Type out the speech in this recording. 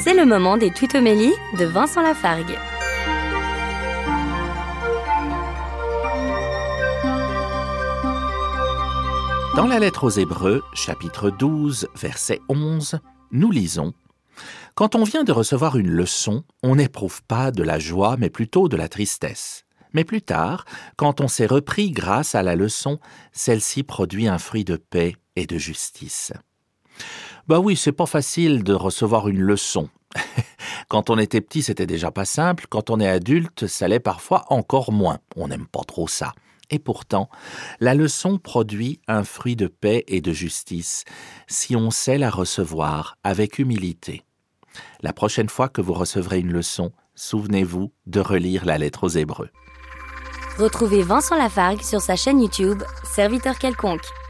C'est le moment des tutomélies de Vincent Lafargue. Dans la lettre aux Hébreux, chapitre 12, verset 11, nous lisons « Quand on vient de recevoir une leçon, on n'éprouve pas de la joie, mais plutôt de la tristesse. Mais plus tard, quand on s'est repris grâce à la leçon, celle-ci produit un fruit de paix et de justice. » Bah oui, c'est pas facile de recevoir une leçon. Quand on était petit, c'était déjà pas simple. Quand on est adulte, ça l'est parfois encore moins. On n'aime pas trop ça. Et pourtant, la leçon produit un fruit de paix et de justice si on sait la recevoir avec humilité. La prochaine fois que vous recevrez une leçon, souvenez-vous de relire la lettre aux Hébreux. Retrouvez Vincent Lafargue sur sa chaîne YouTube Serviteur quelconque.